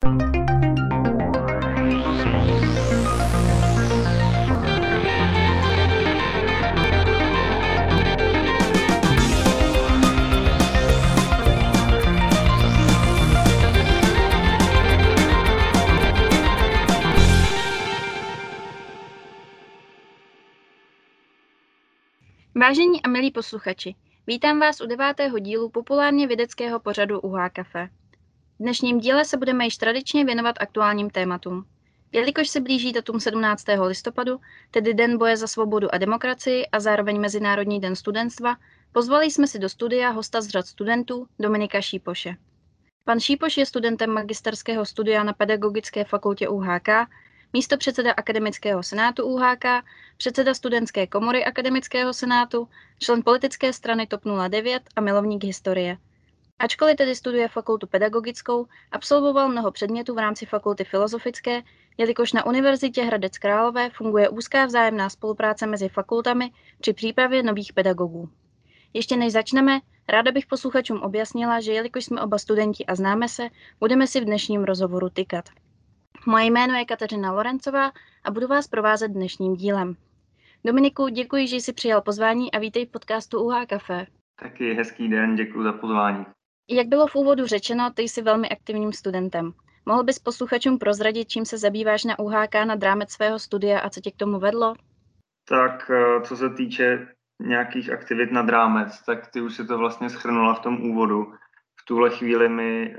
Vážení a milí posluchači, vítám vás u 9. dílu populárně vědeckého pořadu UH Café. V dnešním díle se budeme již tradičně věnovat aktuálním tématům. Jelikož se blíží datum 17. listopadu, tedy Den boje za svobodu a demokracii a zároveň Mezinárodní den studentstva, pozvali jsme si do studia hosta z řad studentů Dominika Šípoše. Pan Šípoš je studentem magisterského studia na Pedagogické fakultě UHK, místopředseda Akademického senátu UHK, předseda studentské komory Akademického senátu, člen politické strany TOP 09 a milovník historie. Ačkoliv tedy studuje fakultu pedagogickou, absolvoval mnoho předmětů v rámci fakulty filozofické, jelikož na Univerzitě Hradec Králové funguje úzká vzájemná spolupráce mezi fakultami při přípravě nových pedagogů. Ještě než začneme, ráda bych posluchačům objasnila, že jelikož jsme oba studenti a známe se, budeme si v dnešním rozhovoru tykat. Moje jméno je Kateřina Lorencová a budu vás provázet dnešním dílem. Dominiku, děkuji, že jsi přijal pozvání a vítej v podcastu UH Café. Taky hezký den, děkuji za pozvání. Jak bylo v úvodu řečeno, ty jsi velmi aktivním studentem. Mohl bys posluchačům prozradit, čím se zabýváš na UHK nad rámec svého studia a co tě k tomu vedlo? Tak co se týče nějakých aktivit nad rámec, tak ty už si to vlastně shrnula v tom úvodu. V tuhle chvíli mi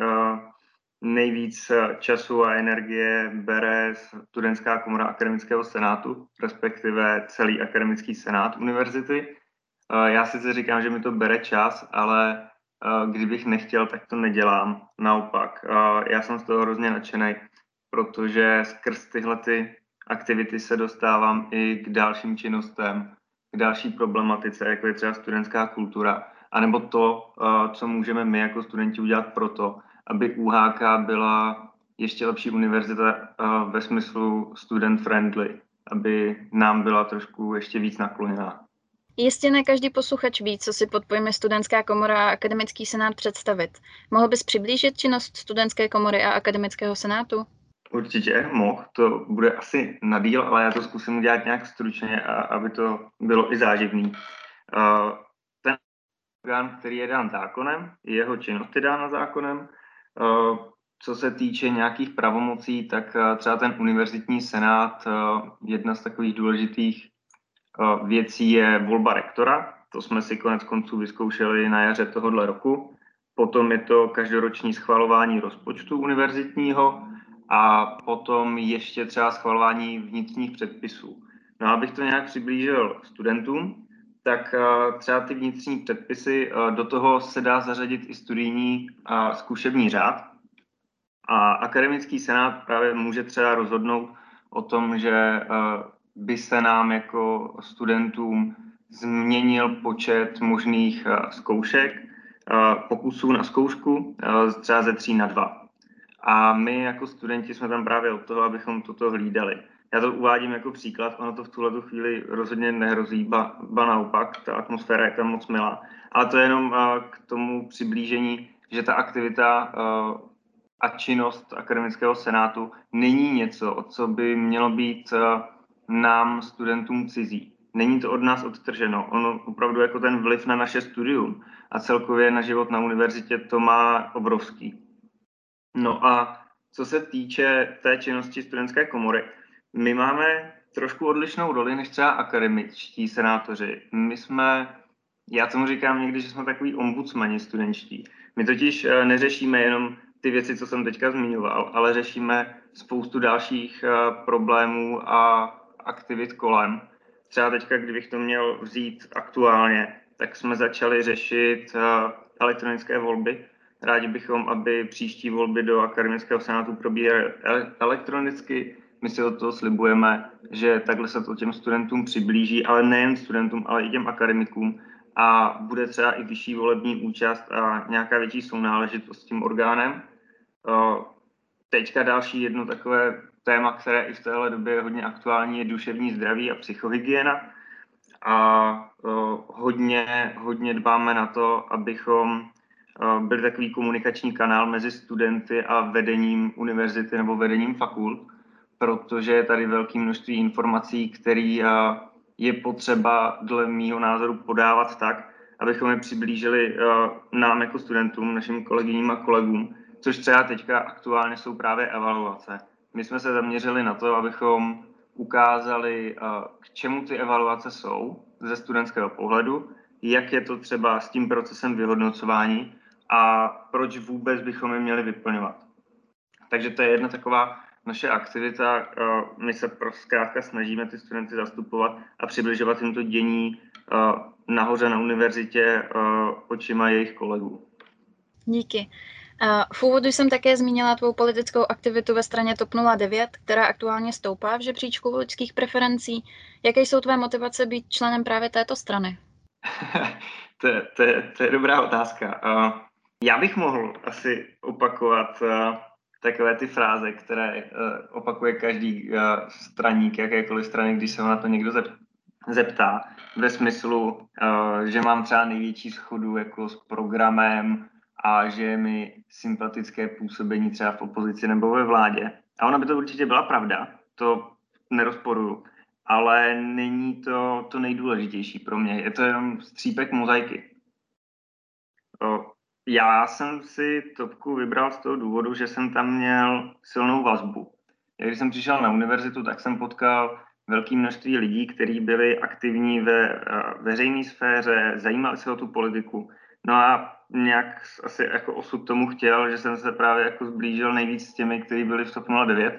nejvíc času a energie bere studentská komora Akademického senátu, respektive celý Akademický senát univerzity. Já sice říkám, že mi to bere čas, ale kdybych nechtěl, tak to nedělám. Naopak, já jsem z toho hrozně nadšenej, protože skrz tyhle aktivity se dostávám i k dalším činnostem, k další problematice, jako je třeba studentská kultura, anebo to, co můžeme my jako studenti udělat pro to, aby UHK byla ještě lepší univerzita ve smyslu student friendly, aby nám byla trošku ještě víc nakloněná. Jistě ne každý posluchač ví, co si pod pojmy studentská komora a akademický senát představit. Mohl bys přiblížit činnost studentské komory a akademického senátu? Určitě mohl, to bude asi na díl, ale já to zkusím udělat nějak stručně, aby to bylo i záživný. Ten orgán, který je dán zákonem, jeho činnost je dána zákonem. Co se týče nějakých pravomocí, tak třeba ten univerzitní senát, jedna z takových důležitých věcí je volba rektora. To jsme si konec konců vyzkoušeli na jaře tohohle roku. Potom je to každoroční schvalování rozpočtu univerzitního a potom ještě třeba schvalování vnitřních předpisů. No, abych to nějak přiblížil studentům, tak třeba ty vnitřní předpisy, do toho se dá zařadit i studijní a zkušební řád. A akademický senát právě může třeba rozhodnout o tom, že by se nám jako studentům změnil počet možných zkoušek, pokusů na zkoušku, třeba ze 3 na 2. A my jako studenti jsme tam právě od toho, abychom toto hlídali. Já to uvádím jako příklad, ono to v tuhle chvíli rozhodně nehrozí, ba naopak, ta atmosféra je tam moc milá. Ale to je jenom k tomu přiblížení, že ta aktivita a činnost akademického senátu není něco, o co by mělo být nám, studentům, cizí. Není to od nás odtrženo. Ono opravdu jako ten vliv na naše studium a celkově na život na univerzitě to má obrovský. No a co se týče té činnosti studentské komory, my máme trošku odlišnou roli než třeba akademičtí senátoři. Já tomu říkám někdy, že jsme takový ombudsmani studentští. My totiž neřešíme jenom ty věci, co jsem teďka zmiňoval, ale řešíme spoustu dalších problémů a aktivit kolem. Třeba teďka, kdybych to měl vzít aktuálně, tak jsme začali řešit elektronické volby. Rádi bychom, aby příští volby do akademického senátu probíhaly elektronicky. My si od toho slibujeme, že takhle se to těm studentům přiblíží, ale nejen studentům, ale i těm akademikům. A bude třeba i vyšší volební účast a nějaká větší sounáležitost s tím orgánem. Teďka další jedno takové téma, které i v téhle době je hodně aktuální, je duševní zdraví a psychohygiena. A hodně dbáme na to, abychom byl takový komunikační kanál mezi studenty a vedením univerzity nebo vedením fakult, protože je tady velké množství informací, které je potřeba dle mýho názoru podávat tak, abychom je přiblížili nám jako studentům, našim kolegyním a kolegům, což třeba teďka aktuálně jsou právě evaluace. My jsme se zaměřili na to, abychom ukázali, k čemu ty evaluace jsou ze studentského pohledu, jak je to třeba s tím procesem vyhodnocování a proč vůbec bychom je měli vyplňovat. Takže to je jedna taková naše aktivita. My se zkrátka snažíme ty studenty zastupovat a přibližovat jim to dění nahoře na univerzitě očima jejich kolegů. Díky. V úvodu jsem také zmínila tvou politickou aktivitu ve straně TOP 09, která aktuálně stoupá v žebříčku lidských preferencí. Jaké jsou tvé motivace být členem právě této strany? To je dobrá otázka. Já bych mohl asi opakovat takové ty fráze, které opakuje každý straník, jakékoliv strany, když se ho na to někdo zeptá, ve smyslu, že mám třeba největší shodu jako s programem a že je mi sympatické působení třeba v opozici nebo ve vládě. A ona by to určitě byla pravda, to nerozporuju, ale není to to nejdůležitější pro mě. Je to jenom střípek mozaiky. Já jsem si Topku vybral z toho důvodu, že jsem tam měl silnou vazbu. Když jsem přišel na univerzitu, tak jsem potkal velké množství lidí, kteří byli aktivní ve veřejné sféře, zajímali se o tu politiku. No a nějak asi jako osud tomu chtěl, že jsem se právě jako zblížil nejvíc s těmi, kteří byli v TOP 09.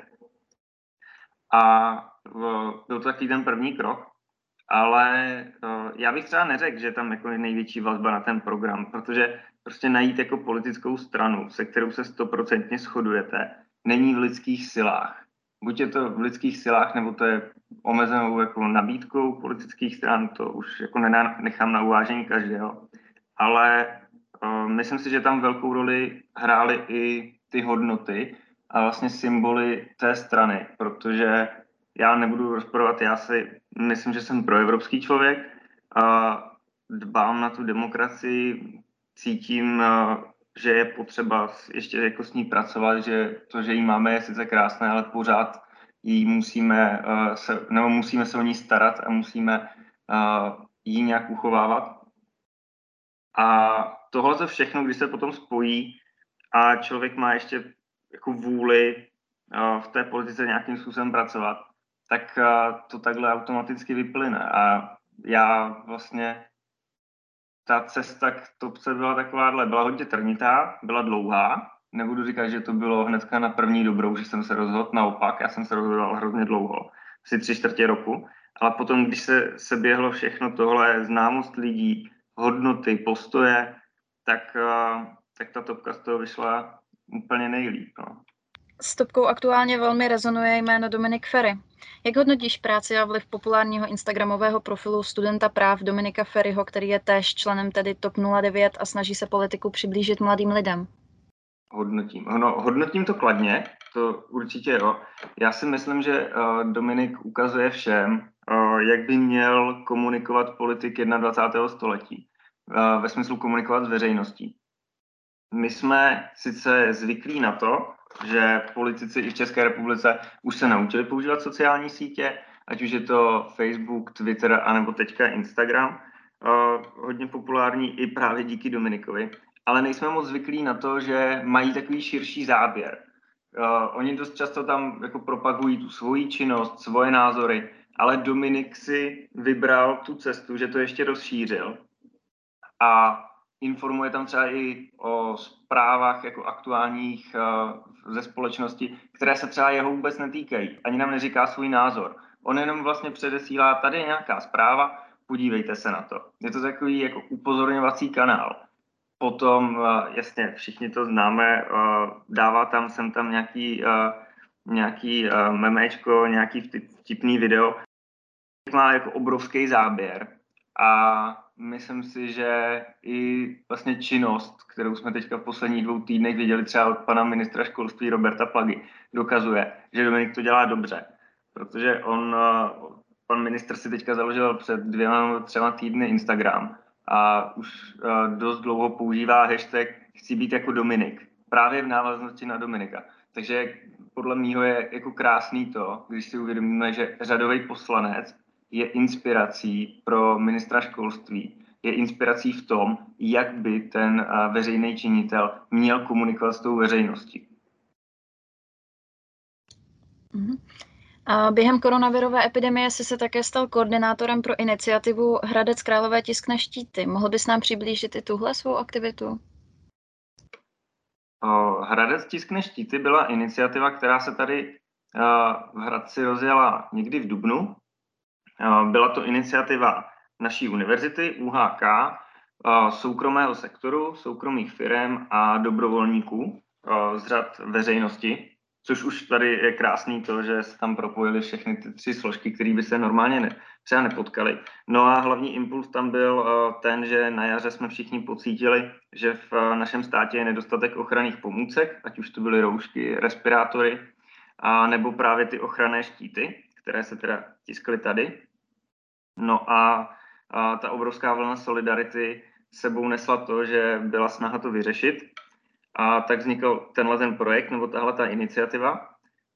A byl to takový ten první krok. Ale já bych třeba neřekl, že tam jako je největší vazba na ten program, protože prostě najít jako politickou stranu, se kterou se 100% shodujete, není v lidských silách. Buď je to v lidských silách, nebo to je omezenou jako nabídkou politických stran, to už jako nechám na uvážení každého. Ale myslím si, že tam velkou roli hrály i ty hodnoty a vlastně symboly té strany, protože já nebudu rozporovat, já si myslím, že jsem proevropský člověk a dbám na tu demokracii, cítím, že je potřeba ještě jako s ní pracovat, že to, že ji máme, je sice krásné, ale pořád jí musíme se o ní starat a musíme ji nějak uchovávat. A tohle všechno, když se potom spojí a člověk má ještě jako vůli v té politice nějakým způsobem pracovat, tak to takhle automaticky vyplyne. A já vlastně, ta cesta k Topce byla takováhle, byla hodně trnitá, byla dlouhá. Nebudu říkat, že to bylo hnedka na první dobrou, že jsem se rozhodl, naopak, já jsem se rozhodoval hrozně dlouho, asi 3/4 roku. Ale potom, když se běhlo všechno tohle, známost lidí, hodnoty, postoje, tak ta Topka z toho vyšla úplně nejlíp. No. S Topkou aktuálně velmi rezonuje jméno Dominik Feri. Jak hodnotíš práci a vliv populárního instagramového profilu studenta práv Dominika Feriho, který je též členem tedy TOP 09 a snaží se politiku přiblížit mladým lidem? Hodnotím to kladně, to určitě jo. Já si myslím, že Dominik ukazuje všem, jak by měl komunikovat politik 21. století. Ve smyslu komunikovat s veřejností. My jsme sice zvyklí na to, že politici i v České republice už se naučili používat sociální sítě, ať už je to Facebook, Twitter, anebo teďka Instagram, hodně populární i právě díky Dominikovi, ale nejsme moc zvyklí na to, že mají takový širší záběr. Oni dost často tam jako propagují tu svoji činnost, svoje názory, ale Dominik si vybral tu cestu, že to ještě rozšířil a informuje tam třeba i o zprávách jako aktuálních ze společnosti, které se třeba jeho vůbec netýkají. Ani nám neříká svůj názor. On jenom vlastně předesílá, tady je nějaká zpráva, podívejte se na to. Je to takový jako upozorňovací kanál. Potom, jasně, všichni to známe, dává tam sem tam nějaký memečko, nějaký vtipný video. Má jako obrovský záběr a myslím si, že i vlastně činnost, kterou jsme teďka v posledních 2 týdnech viděli třeba od pana ministra školství Roberta Plagy, dokazuje, že Dominik to dělá dobře. Protože pan ministr si teďka založil před 2 nebo 3 týdny Instagram a už dost dlouho používá hashtag chci být jako Dominik. Právě v návaznosti na Dominika. Takže podle mýho je jako krásný to, když si uvědomíme, že řadový poslanec je inspirací pro ministra školství. Je inspirací v tom, jak by ten veřejný činitel měl komunikovat s tou veřejností. A během koronavirové epidemie jsi se také stal koordinátorem pro iniciativu Hradec Králové tiskne štíty. Mohl bys nám přiblížit i tuhle svou aktivitu? Hradec tiskne štíty byla iniciativa, která se tady v Hradci rozjela někdy v dubnu. Byla to iniciativa naší univerzity, UHK, soukromého sektoru, soukromých firem a dobrovolníků z řad veřejnosti, což už tady je krásný to, že se tam propojily všechny ty 3 složky, které by se normálně třeba nepotkaly. No a hlavní impuls tam byl ten, že na jaře jsme všichni pocítili, že v našem státě je nedostatek ochranných pomůcek, ať už to byly roušky, respirátory, nebo právě ty ochranné štíty, které se teda tiskly tady. No a ta obrovská vlna solidarity sebou nesla to, že byla snaha to vyřešit. A tak vznikl ten projekt, nebo tahle ta iniciativa.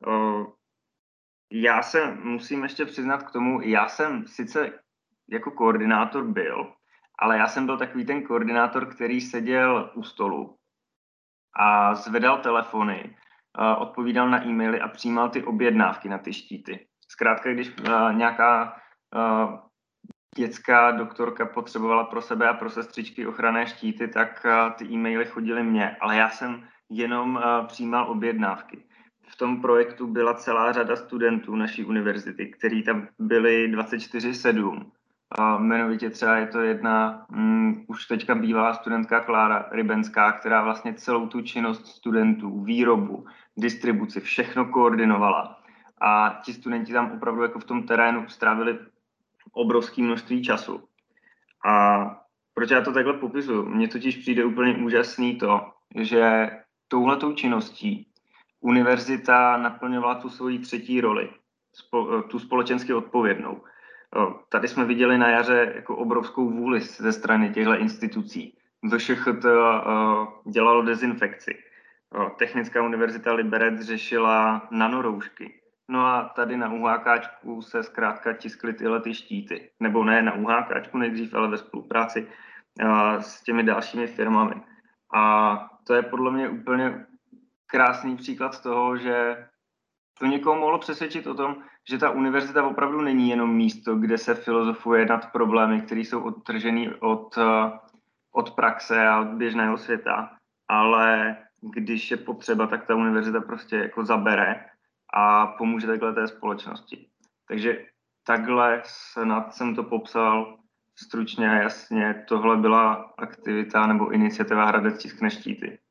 Já se musím ještě přiznat k tomu, já jsem sice jako koordinátor byl, ale já jsem byl takový ten koordinátor, který seděl u stolu a zvedal telefony, odpovídal na e-maily a přijímal ty objednávky na ty štíty. Zkrátka, když nějaká dětská doktorka potřebovala pro sebe a pro sestřičky ochranné štíty, tak ty e-maily chodily mně, ale já jsem jenom přijímal objednávky. V tom projektu byla celá řada studentů naší univerzity, kteří tam byli 24/7. Jmenovitě třeba je to jedna už teďka bývalá studentka Klára Rybenská, která vlastně celou tu činnost studentů, výrobu, distribuci, všechno koordinovala. A ti studenti tam opravdu jako v tom terénu strávili obrovské množství času. A proč já to takhle popisuju? Mně totiž přijde úplně úžasný to, že touhletou činností univerzita naplňovala tu svoji 3. roli, tu společensky odpovědnou. Tady jsme viděli na jaře jako obrovskou vůli ze strany těchto institucí. VŠCHT dělalo dezinfekci. Technická univerzita Liberec řešila nanoroušky. No a tady na UHKčku se zkrátka tiskly tyhle ty štíty. Nebo ne na UHKčku nejdřív, ale ve spolupráci s těmi dalšími firmami. A to je podle mě úplně krásný příklad toho, že to někoho mohlo přesvědčit o tom, že ta univerzita opravdu není jenom místo, kde se filozofuje nad problémy, které jsou odtržený od praxe a od běžného světa, ale když je potřeba, tak ta univerzita prostě jako zabere a pomůže takhle té společnosti. Takže takhle snad jsem to popsal stručně a jasně. Tohle byla aktivita nebo iniciativa Hradec tiskne štíty.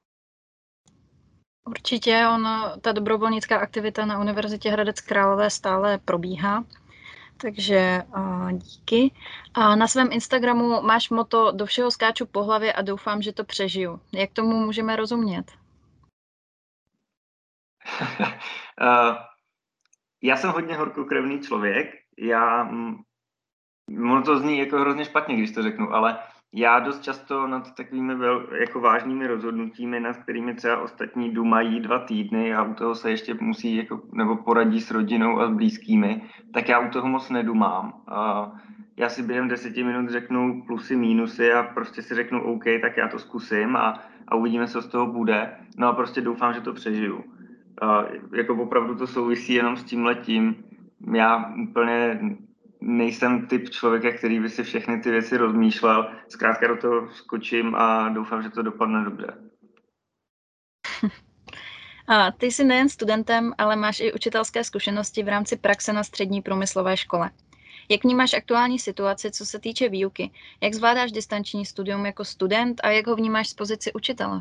Určitě, ta dobrovolnická aktivita na Univerzitě Hradec Králové stále probíhá, takže díky. A na svém Instagramu máš motto do všeho skáču po hlavě a doufám, že to přežiju. Jak tomu můžeme rozumět? Já jsem hodně horkokrevný člověk. Ono to zní jako hrozně špatně, když to řeknu, ale já dost často nad takovými jako vážnými rozhodnutími, nad kterými třeba ostatní dumají 2 týdny a u toho se ještě musí nebo poradí s rodinou a s blízkými, tak já u toho moc nedumám. Já si během 10 minut řeknu plusy, mínusy a prostě si řeknu OK, tak já to zkusím a uvidíme, co z toho bude. No a prostě doufám, že to přežiju. Jako opravdu to souvisí jenom s tímhletím. Já úplně nejsem typ člověka, který by si všechny ty věci rozmýšlel. Zkrátka do toho skočím a doufám, že to dopadne dobře. A ty jsi nejen studentem, ale máš i učitelské zkušenosti v rámci praxe na střední průmyslové škole. Jak vnímáš aktuální situaci, co se týče výuky? Jak zvládáš distanční studium jako student a jak ho vnímáš z pozici učitele?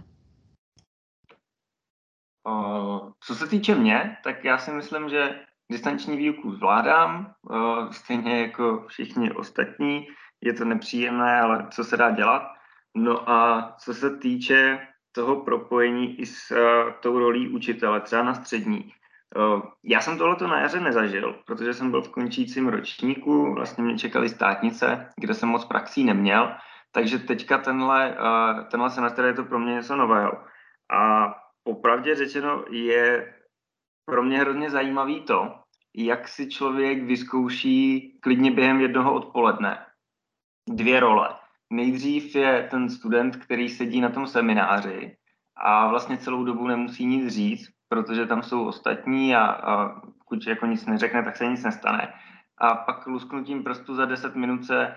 Co se týče mě, tak já si myslím, že distanční výuku zvládám, stejně jako všichni ostatní. Je to nepříjemné, ale co se dá dělat. No a co se týče toho propojení i s tou rolí učitele, třeba na střední. Já jsem tohleto na jaře nezažil, protože jsem byl v končícím ročníku, vlastně mě čekaly státnice, kde jsem moc praxí neměl, Takže teďka tenhle semestr je to pro mě něco nového. A popravdě řečeno je pro mě hrozně zajímavý to, jak si člověk vyzkouší klidně během jednoho odpoledne 2 role. Nejdřív je ten student, který sedí na tom semináři a vlastně celou dobu nemusí nic říct, protože tam jsou ostatní a pokud jako nic neřekne, tak se nic nestane. A pak lusknutím prstu za 10 minut se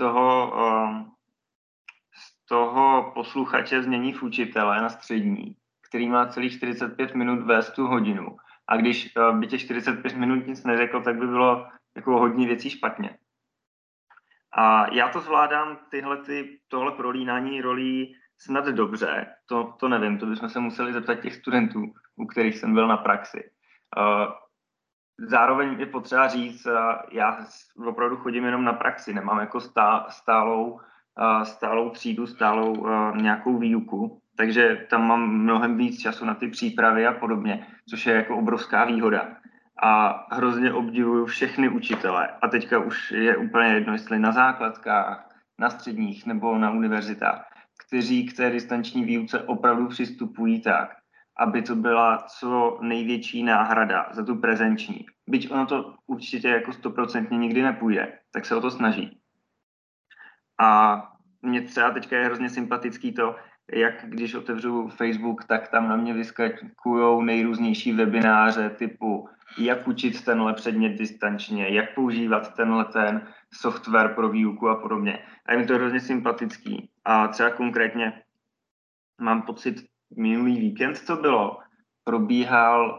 z toho posluchače změní v učitele na střední, který má celých 45 minut vést tu hodinu. A když by těch 45 minut nic neřekl, tak by bylo jako hodně věcí špatně. A já to zvládám, tohle prolínání rolí snad dobře, to nevím, to bychom se museli zeptat těch studentů, u kterých jsem byl na praxi. Zároveň je potřeba říct, já opravdu chodím jenom na praxi, nemám jako stálou třídu, stálou nějakou výuku, takže tam mám mnohem víc času na ty přípravy a podobně, což je jako obrovská výhoda. A hrozně obdivuju všechny učitele. A teďka už je úplně jedno, jestli na základkách, na středních nebo na univerzitách, kteří k té distanční výuce opravdu přistupují tak, aby to byla co největší náhrada za tu prezenční. Byť ono to určitě jako 100% nikdy nepůjde, tak se o to snaží. A mně třeba teďka je hrozně sympatický to, jak když otevřu Facebook, tak tam na mě vyskakujou nejrůznější webináře typu jak učit tenhle předmět distančně, jak používat ten software pro výuku a podobně. A je mi to hrozně sympatický. A třeba konkrétně mám pocit, minulý víkend to bylo, probíhal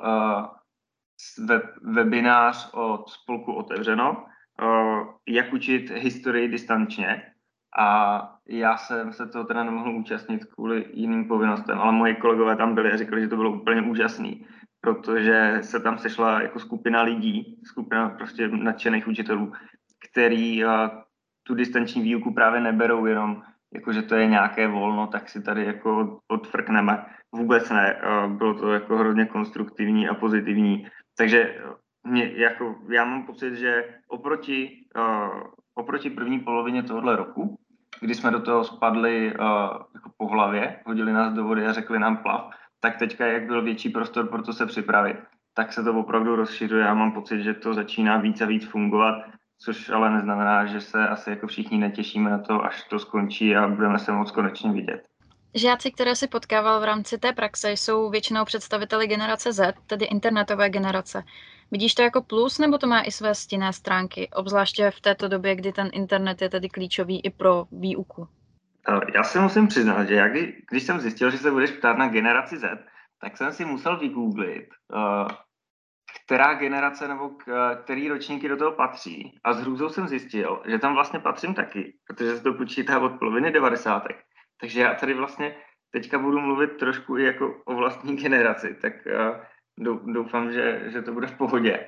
webinář od spolku Otevřeno, jak učit historii distančně. A já jsem se toho teda nemohl účastnit kvůli jiným povinnostem, ale moji kolegové tam byli a říkali, že to bylo úplně úžasný, protože se tam sešla jako skupina lidí, skupina prostě nadšených učitelů, který tu distanční výuku právě neberou jenom jako, že to je nějaké volno, tak si tady jako odfrkneme. Vůbec ne, bylo to jako hrozně konstruktivní a pozitivní. Takže já mám pocit, že oproti první polovině tohoto roku, kdy jsme do toho spadli jako po hlavě, hodili nás do vody a řekli nám plav, tak teďka, jak byl větší prostor pro to se připravit, tak se to opravdu rozšiřuje. Já mám pocit, že to začíná víc a víc fungovat, což ale neznamená, že se asi jako všichni netěšíme na to, až to skončí a budeme se moc konečně vidět. Žáci, které si potkával v rámci té praxe, jsou většinou představiteli generace Z, tedy internetové generace. Vidíš to jako plus, nebo to má i své stinné stránky, obzvláště v této době, kdy ten internet je tedy klíčový i pro výuku? Já si musím přiznat, že když jsem zjistil, že se budeš ptát na generaci Z, tak jsem si musel vygooglit, která generace nebo který ročníky do toho patří. A s hrůzou jsem zjistil, že tam vlastně patřím taky, protože se to počítá od poloviny 90. Takže já tady vlastně teďka budu mluvit trošku i jako o vlastní generaci, tak doufám, že to bude v pohodě.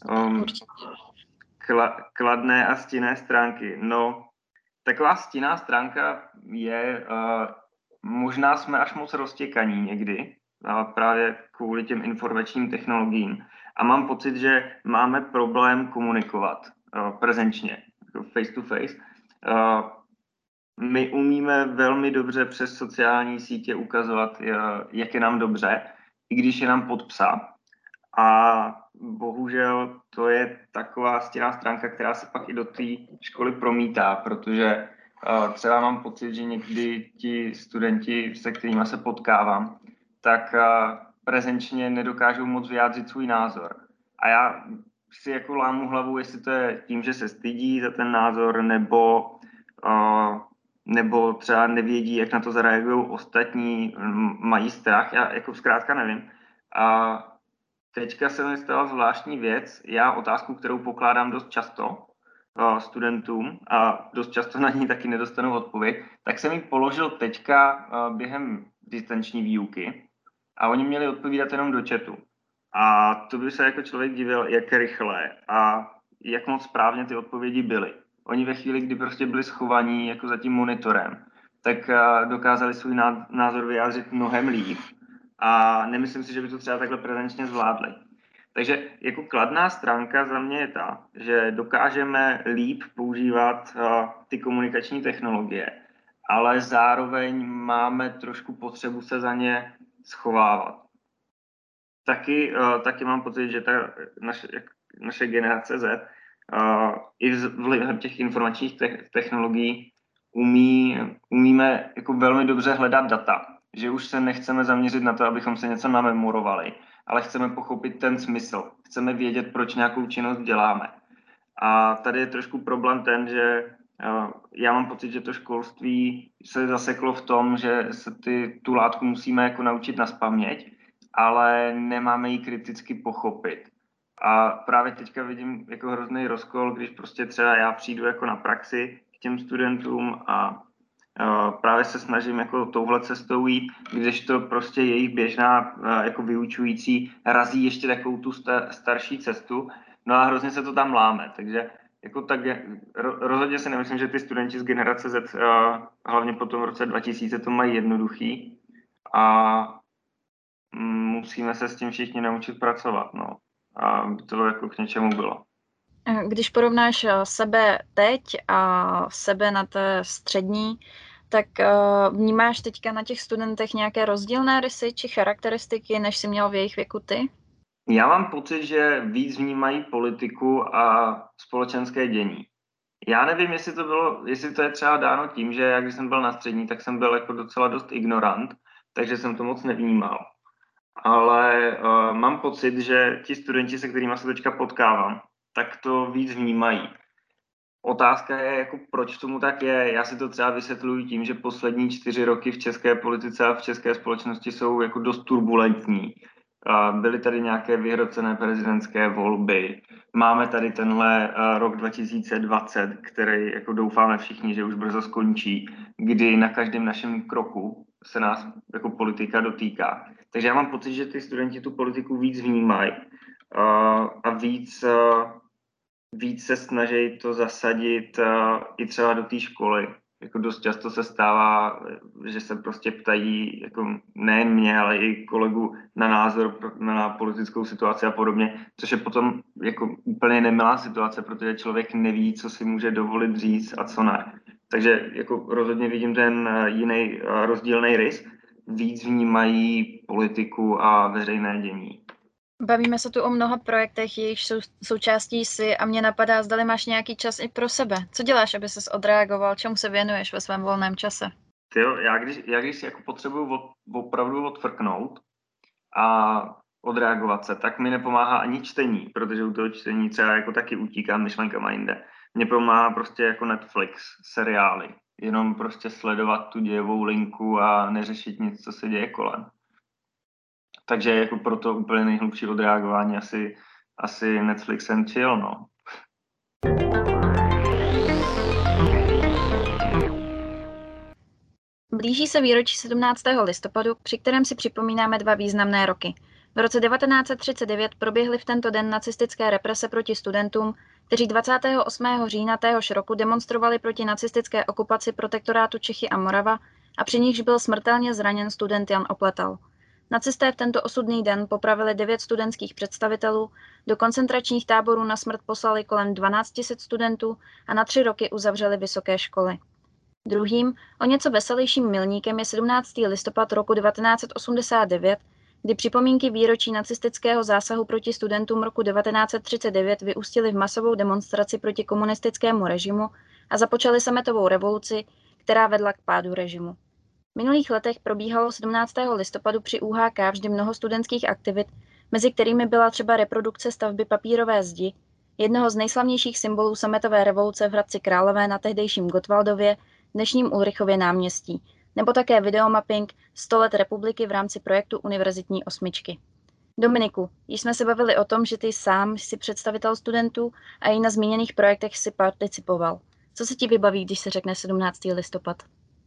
Kladné a stinné stránky. No, taková stinná stránka je, možná jsme až moc roztěkaní někdy, právě kvůli těm informačním technologiím. A mám pocit, že máme problém komunikovat prezenčně, face to face. My umíme velmi dobře přes sociální sítě ukazovat, jak je nám dobře, i když je nám pod psa. A bohužel to je taková stinná stránka, která se pak i do té školy promítá, protože třeba mám pocit, že někdy ti studenti, se kterými se potkávám, tak prezenčně nedokážou moc vyjádřit svůj názor. A já si jako lámu hlavu, jestli to je tím, že se stydí za ten názor, nebo třeba nevědí, jak na to zareagují ostatní, mají strach, já jako zkrátka nevím. A teďka se mi stala zvláštní věc. Já otázku, kterou pokládám dost často studentům a dost často na ní taky nedostanu odpověď, tak jsem ji položil teďka během distanční výuky a oni měli odpovídat jenom do chatu. A to by se jako člověk divil, jak rychle a jak moc správně ty odpovědi byly. Oni ve chvíli, kdy prostě byli schovaní jako za tím monitorem, tak dokázali svůj názor vyjádřit mnohem líp. A nemyslím si, že by to třeba takhle prezenčně zvládli. Takže jako kladná stránka za mě je ta, že dokážeme líp používat ty komunikační technologie ale zároveň máme trošku potřebu se za ně schovávat. Taky mám pocit, že ta naše generace Z i vlivem těch informačních technologií umíme jako velmi dobře hledat data. Že už se nechceme zaměřit na to, abychom se něco namemorovali, ale chceme pochopit ten smysl. Chceme vědět, proč nějakou činnost děláme. A tady je trošku problém ten, že já mám pocit, že to školství se zaseklo v tom, že se tu látku musíme jako naučit nazpaměť, ale nemáme ji kriticky pochopit. A právě teďka vidím jako hrozný rozkol, když prostě třeba já přijdu jako na praxi k těm studentům a právě se snažím jako touhle cestou jít, kdežto prostě jejich běžná jako vyučující razí ještě takovou tu starší cestu, no a hrozně se to tam láme, takže jako tak rozhodně si nemyslím, že ty studenti z generace Z hlavně po tom roce 2000 to mají jednoduchý a musíme se s tím všichni naučit pracovat, no. A to jako k něčemu bylo. Když porovnáš sebe teď a sebe na té střední, tak vnímáš teďka na těch studentech nějaké rozdílné rysy či charakteristiky, než jsi měl v jejich věku ty? Já mám pocit, že víc vnímají politiku a společenské dění. Já nevím, jestli to je třeba dáno tím, že já když jsem byl na střední, tak jsem byl jako docela dost ignorant, takže jsem to moc nevnímal. Ale mám pocit, že ti studenti, se kterými se teďka potkávám, tak to víc vnímají. Otázka je, jako proč tomu tak je. Já si to třeba vysvětluji tím, že poslední 4 roky v české politice a v české společnosti jsou jako dost turbulentní. Byly tady nějaké vyhrocené prezidentské volby. Máme tady tenhle rok 2020, který jako doufáme všichni, že už brzo skončí, kdy na každém našem kroku se nás jako politika dotýká. Takže já mám pocit, že ty studenti tu politiku víc vnímají a víc se snaží to zasadit i třeba do té školy. Jako dost často se stává, že se prostě ptají jako nejen mě, ale i kolegu na názor na politickou situaci a podobně, což je potom jako úplně nemilá situace, protože člověk neví, co si může dovolit říct a co ne. Takže jako rozhodně vidím ten jiný rozdílný rys. Víc vnímají politiku a veřejné dění. Bavíme se tu o mnoha projektech, jejichž součástí si a mě napadá, zdali máš nějaký čas i pro sebe. Co děláš, aby ses odreagoval, čemu se věnuješ ve svém volném čase? Já když si jako potřebuju opravdu odfrknout a odreagovat se, tak mi nepomáhá ani čtení, protože u toho čtení třeba jako taky utíkám myšlenkama jinde. Mně pomáhá prostě jako Netflix, seriály, jenom prostě sledovat tu dějovou linku a neřešit nic, co se děje kolem. Takže jako proto úplně nejhlubší odreagování asi Netflix and chill, no. Blíží se výročí 17. listopadu, při kterém si připomínáme 2 významné roky. V roce 1939 proběhly v tento den nacistické represe proti studentům, kteří 28. října téhož roku demonstrovali proti nacistické okupaci protektorátu Čechy a Morava a při nichž byl smrtelně zraněn student Jan Opletal. Nacisté v tento osudný den popravili 9 studentských představitelů, do koncentračních táborů na smrt poslali kolem 1200 studentů a na 3 roky uzavřeli vysoké školy. Druhým, o něco veselějším milníkem je 17. listopad roku 1989, kdy připomínky výročí nacistického zásahu proti studentům roku 1939 vyústily v masovou demonstraci proti komunistickému režimu a započaly sametovou revoluci, která vedla k pádu režimu. V minulých letech probíhalo 17. listopadu při UHK vždy mnoho studentských aktivit, mezi kterými byla třeba reprodukce stavby papírové zdi, jednoho z nejslavnějších symbolů sametové revoluce v Hradci Králové na tehdejším Gottwaldově, dnešním Ulrichově náměstí, nebo také videomapping 100 let republiky v rámci projektu Univerzitní osmičky. Dominiku, již jsme se bavili o tom, že ty sám jsi představitel studentů a i na zmíněných projektech si participoval. Co se ti vybaví, když se řekne 17. listopad?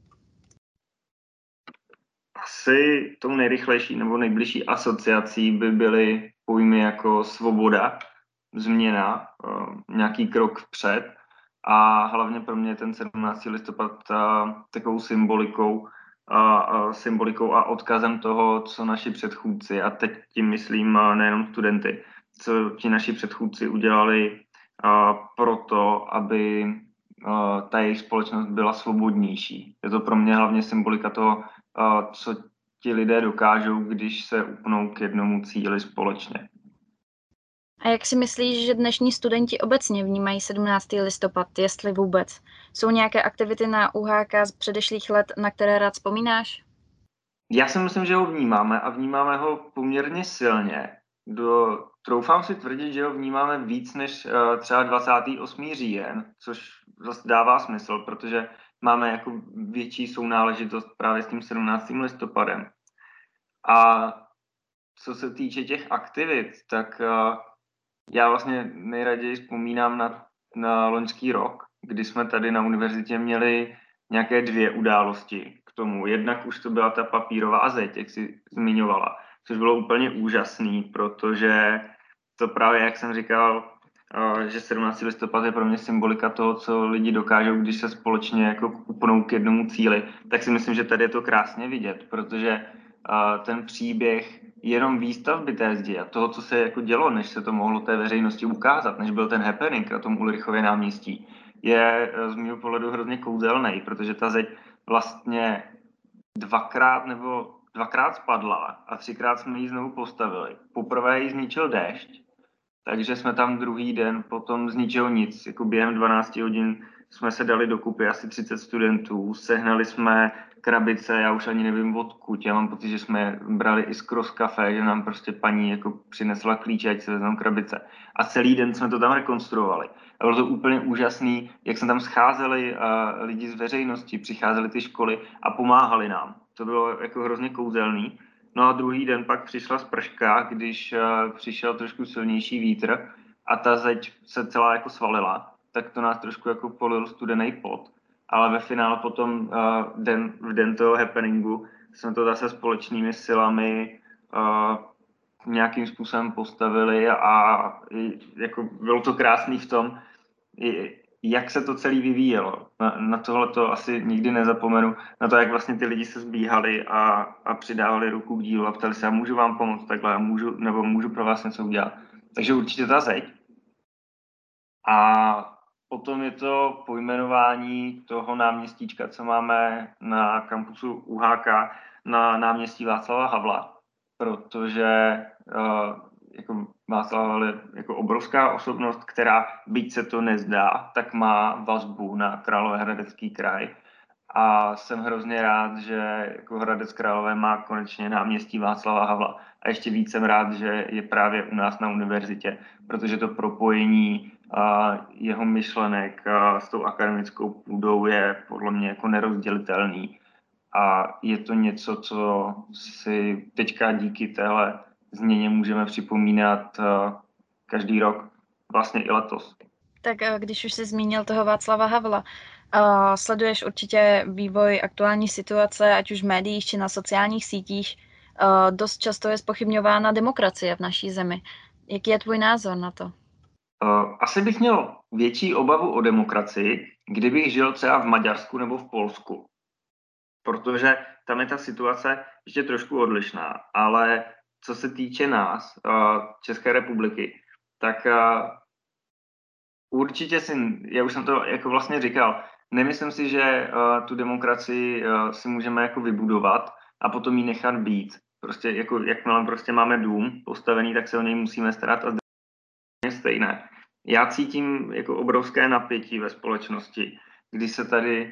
Asi tou nejrychlejší nebo nejbližší asociací by byly pojmy jako svoboda, změna, nějaký krok vpřed a hlavně pro mě ten 17. listopad takovou symbolikou a odkazem toho, co naši předchůdci, a teď tím myslím nejenom studenty, co ti naši předchůdci udělali proto, aby ta jejich společnost byla svobodnější. Je to pro mě hlavně symbolika toho, co ti lidé dokážou, když se upnou k jednomu cíli společně. A jak si myslíš, že dnešní studenti obecně vnímají 17. listopad, jestli vůbec? Jsou nějaké aktivity na UHK z předešlých let, na které rád vzpomínáš? Já si myslím, že ho vnímáme a vnímáme ho poměrně silně. Troufám si tvrdit, že ho vnímáme víc než třeba 28. říjen, což zase dává smysl, protože máme jako větší sounáležitost právě s tím 17. listopadem. A co se týče těch aktivit, tak já vlastně nejraději vzpomínám na loňský rok, kdy jsme tady na univerzitě měli nějaké 2 události k tomu. Jednak už to byla ta papírová zeď, jak jsi zmiňovala, což bylo úplně úžasný, protože to právě, jak jsem říkal, že 17. listopad je pro mě symbolika toho, co lidi dokážou, když se společně jako upnou k jednomu cíli, tak si myslím, že tady je to krásně vidět, protože ten příběh jenom výstavby té zdi a toho, co se jako dělo, než se to mohlo té veřejnosti ukázat, než byl ten happening na tom Ulrichově náměstí, je z mého pohledu hrozně kouzelný, protože ta zeď vlastně dvakrát spadla a 3krát jsme ji znovu postavili. Poprvé ji zničil déšť, takže jsme tam druhý den potom z ničeho nic, jako během 12 hodin jsme se dali dokupy asi 30 studentů, sehnali jsme krabice, já už ani nevím odkud, já mám pocit, že jsme brali i z Cross Café, že nám prostě paní jako přinesla klíče, ať se vezmou krabice. A celý den jsme to tam rekonstruovali. A bylo to úplně úžasný, jak se tam scházeli lidi z veřejnosti, přicházeli ty školy a pomáhali nám. To bylo jako hrozně kouzelný. No a druhý den pak přišla sprška, když přišel trošku silnější vítr a ta zeď se celá jako svalila, tak to nás trošku jako polil studený pot. Ale ve finále potom v den toho happeningu jsme to zase společnými silami nějakým způsobem postavili a jako bylo to krásný v tom, jak se to celé vyvíjelo. Na tohle to asi nikdy nezapomenu, na to, jak vlastně ty lidi se zbíhali a přidávali ruku k dílu a ptali se, a můžu vám pomoct takhle, a můžu pro vás něco udělat. Takže určitě ta zeď. A potom je to pojmenování toho náměstíčka, co máme na kampusu UHK, na náměstí Václava Havla, protože jako Václav Havel je jako obrovská osobnost, která, byť se to nezdá, tak má vazbu na Královéhradecký kraj. A jsem hrozně rád, že jako Hradec Králové má konečně náměstí Václava Havla. A ještě víc jsem rád, že je právě u nás na univerzitě, protože to propojení jeho myšlenek s tou akademickou půdou je podle mě jako nerozdělitelný. A je to něco, co si teďka díky téhle změně můžeme připomínat každý rok, vlastně i letos. Tak když už jsi zmínil toho Václava Havla, sleduješ určitě vývoj aktuální situace, ať už v médiích či na sociálních sítích. Dost často je zpochybňována demokracie v naší zemi. Jaký je tvůj názor na to? Asi bych měl větší obavu o demokracii, kdybych žil třeba v Maďarsku nebo v Polsku. Protože tam je ta situace ještě trošku odlišná. Ale co se týče nás, České republiky, tak určitě já už jsem to jako vlastně říkal, nemyslím si, že tu demokracii si můžeme jako vybudovat a potom ji nechat být. Prostě jako, jakmile prostě máme dům postavený, tak se o něj musíme starat a je stejné. Já cítím jako obrovské napětí ve společnosti, kdy se tady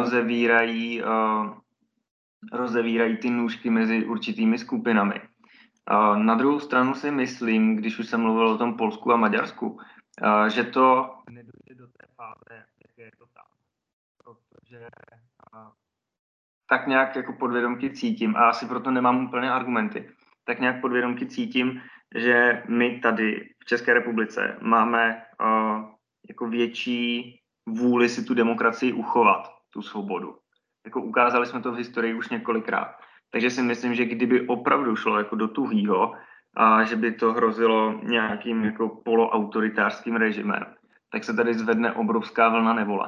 rozevírají ty nůžky mezi určitými skupinami. Na druhou stranu si myslím, když už jsem mluvil o tom Polsku a Maďarsku, že to nedojde do té fáze, jak je to tam. Protože tak nějak jako podvědomky cítím, a asi proto nemám úplně argumenty, tak nějak podvědomky cítím, že my tady v České republice máme jako větší vůli si tu demokracii uchovat, tu svobodu. Jako ukázali jsme to v historii už několikrát. Takže si myslím, že kdyby opravdu šlo jako do tuhýho, a že by to hrozilo nějakým jako poloautoritářským režimem, tak se tady zvedne obrovská vlna nevole.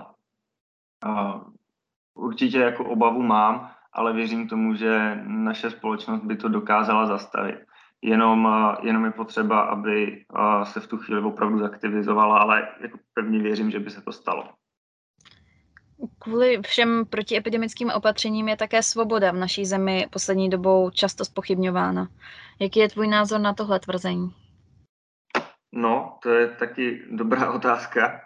Určitě jako obavu mám, ale věřím tomu, že naše společnost by to dokázala zastavit. Jenom je potřeba, aby se v tu chvíli opravdu zaktivizovala, ale jako pevně věřím, že by se to stalo. Kvůli všem protiepidemickým opatřením je také svoboda v naší zemi poslední dobou často zpochybňována. Jaký je tvůj názor na tohle tvrzení? No, to je taky dobrá otázka.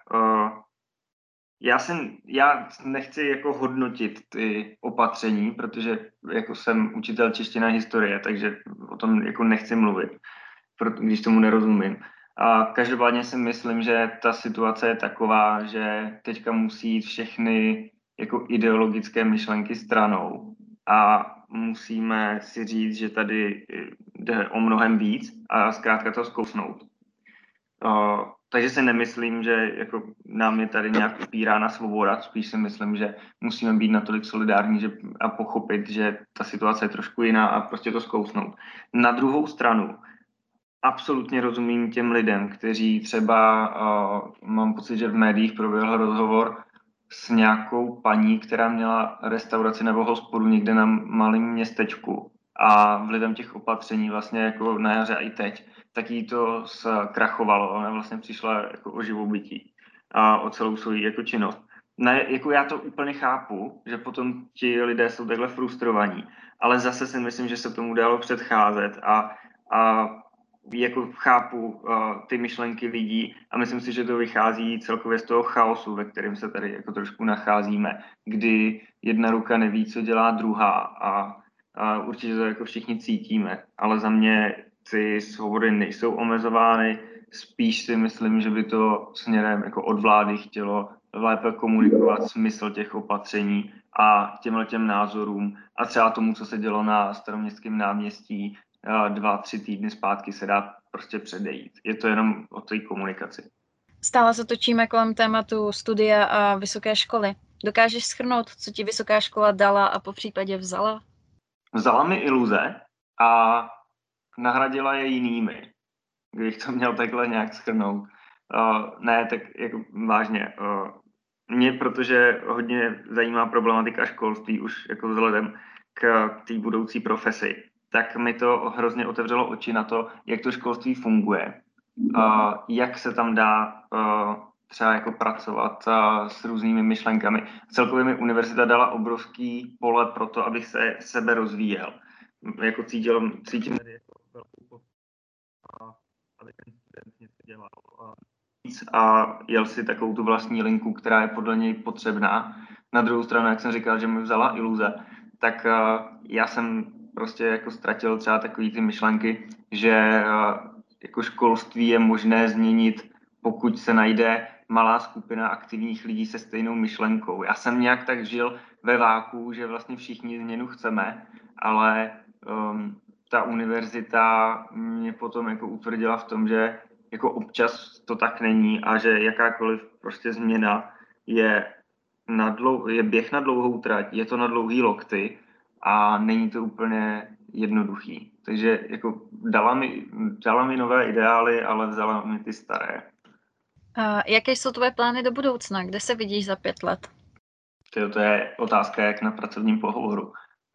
Já nechci jako hodnotit ty opatření, protože jako jsem učitel češtiny a historie, takže o tom jako nechci mluvit, když tomu nerozumím. A každopádně si myslím, že ta situace je taková, že teďka musí jít všechny jako ideologické myšlenky stranou a musíme si říct, že tady jde o mnohem víc a zkrátka to zkousnout. Takže si nemyslím, že jako nám je tady nějak upírána svoboda, spíš si myslím, že musíme být natolik solidární a pochopit, že ta situace je trošku jiná a prostě to zkousnout. Na druhou stranu absolutně rozumím těm lidem, kteří třeba, mám pocit, že v médiích proběhl rozhovor s nějakou paní, která měla restauraci nebo hospodu někde na malém městečku a vlivem těch opatření vlastně jako na jaře a i teď, tak jí to zkrachovalo. Ona vlastně přišla jako o živobytí a o celou svou jako činnost. Ne, jako já to úplně chápu, že potom ti lidé jsou takhle frustrovaní, ale zase si myslím, že se tomu dalo předcházet a jako chápu ty myšlenky lidí a myslím si, že to vychází celkově z toho chaosu, ve kterém se tady jako trošku nacházíme, kdy jedna ruka neví, co dělá druhá a určitě to jako všichni cítíme, ale za mě ty svobody nejsou omezovány, spíš si myslím, že by to směrem jako od vlády chtělo lépe komunikovat smysl těch opatření a těmhletěm názorům a třeba tomu, co se dělo na Staroměstském náměstí 2-3 týdny zpátky, se dá prostě předejít. Je to jenom o té komunikaci. Stále se točíme kolem tématu studia a vysoké školy. Dokážeš shrnout, co ti vysoká škola dala a popřípadě vzala? Vzala mi iluze a nahradila je jinými, kdybych to měl takhle nějak shrnout. Ne, tak jako vážně. Mě, protože hodně zajímá problematika školství už jako vzhledem k té budoucí profesi, tak mi to hrozně otevřelo oči na to, jak to školství funguje, jak se tam dá třeba jako pracovat s různými myšlenkami. Celkově mi univerzita dala obrovský pole pro to, abych se sebe rozvíjel. Jako cítím tady jako velkou aby ten student něco dělal a jel si takovou tu vlastní linku, která je podle něj potřebná. Na druhou stranu, jak jsem říkal, že mi vzala iluze, tak já jsem prostě jako ztratil třeba takový ty myšlenky, že jako školství je možné změnit, pokud se najde malá skupina aktivních lidí se stejnou myšlenkou. Já jsem nějak tak žil ve váku, že vlastně všichni změnu chceme, ale ta univerzita mě potom jako utvrdila v tom, že jako občas to tak není a že jakákoliv prostě změna je je běh na dlouhou trať, je to na dlouhý lokty a není to úplně jednoduchý. Takže jako dala mi nové ideály, ale vzala mi ty staré. A jaké jsou tvoje plány do budoucna? Kde se vidíš za 5 let? To je otázka jak na pracovním pohovoru.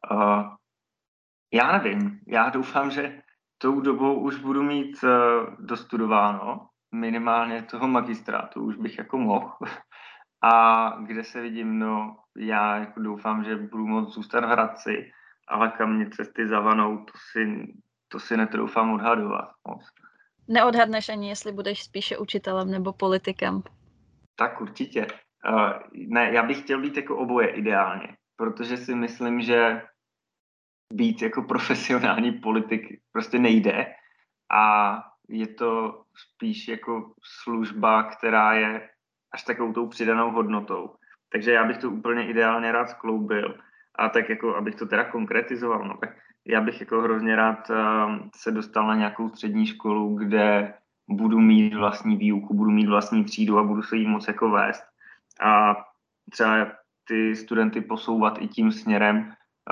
Já nevím. Já doufám, že tou dobou už budu mít dostudováno, minimálně toho magistrátu, už bych jako mohl. A kde se vidím, no já jako doufám, že budu moct zůstat v Hradci, ale kam mě cesty zavanou, to si netroufám odhadovat moc. Neodhadneš ani, jestli budeš spíše učitelem nebo politikem. Tak určitě. Ne, já bych chtěl být jako oboje ideálně, protože si myslím, že být jako profesionální politik prostě nejde a je to spíš jako služba, která je až takovou tou přidanou hodnotou. Takže já bych to úplně ideálně rád skloubil a tak jako, abych to teda konkretizoval, no tak já bych jako hrozně rád se dostal na nějakou střední školu, kde budu mít vlastní výuku, budu mít vlastní třídu a budu se jí moc jako vést. A třeba ty studenty posouvat i tím směrem,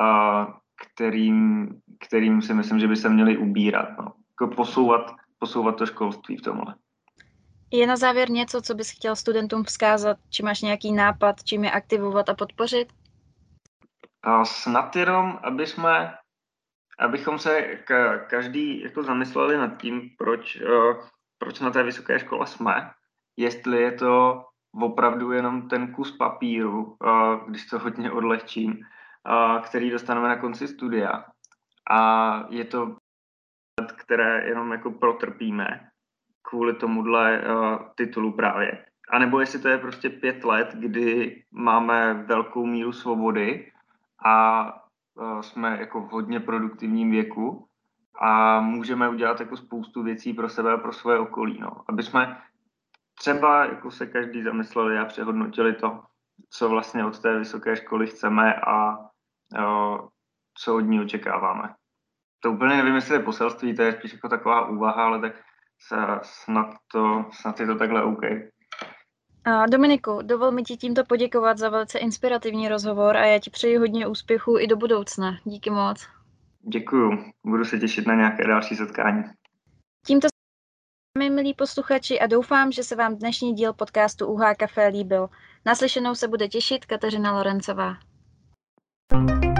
kterým si myslím, že by se měli ubírat. No. Jako posouvat to školství v tomhle. Je na závěr něco, co bys chtěl studentům vzkázat? Či máš nějaký nápad, čím je aktivovat a podpořit? Snad jenom, abychom se každý jako zamysleli nad tím, proč na té vysoké škole jsme, jestli je to opravdu jenom ten kus papíru, když to hodně odlehčím, který dostaneme na konci studia. A je to které jenom jako protrpíme kvůli tomuhle titulu právě. A nebo jestli to je prostě 5 let, kdy máme velkou míru svobody a jsme jako v hodně produktivním věku a můžeme udělat jako spoustu věcí pro sebe a pro svoje okolí. No. Aby jsme třeba jako se každý zamysleli a přehodnotili to, co vlastně od té vysoké školy chceme a co od ní očekáváme. To úplně nevím, jestli je poselství, to je spíš jako taková úvaha, ale tak snad je to takhle OK. Dominiku, dovol mi ti tímto poděkovat za velice inspirativní rozhovor a já ti přeji hodně úspěchů i do budoucna. Díky moc. Děkuju, budu se těšit na nějaké další setkání. Tímto se milí posluchači a doufám, že se vám dnešní díl podcastu UH Café líbil. Naslyšenou se bude těšit Kateřina Lorencová.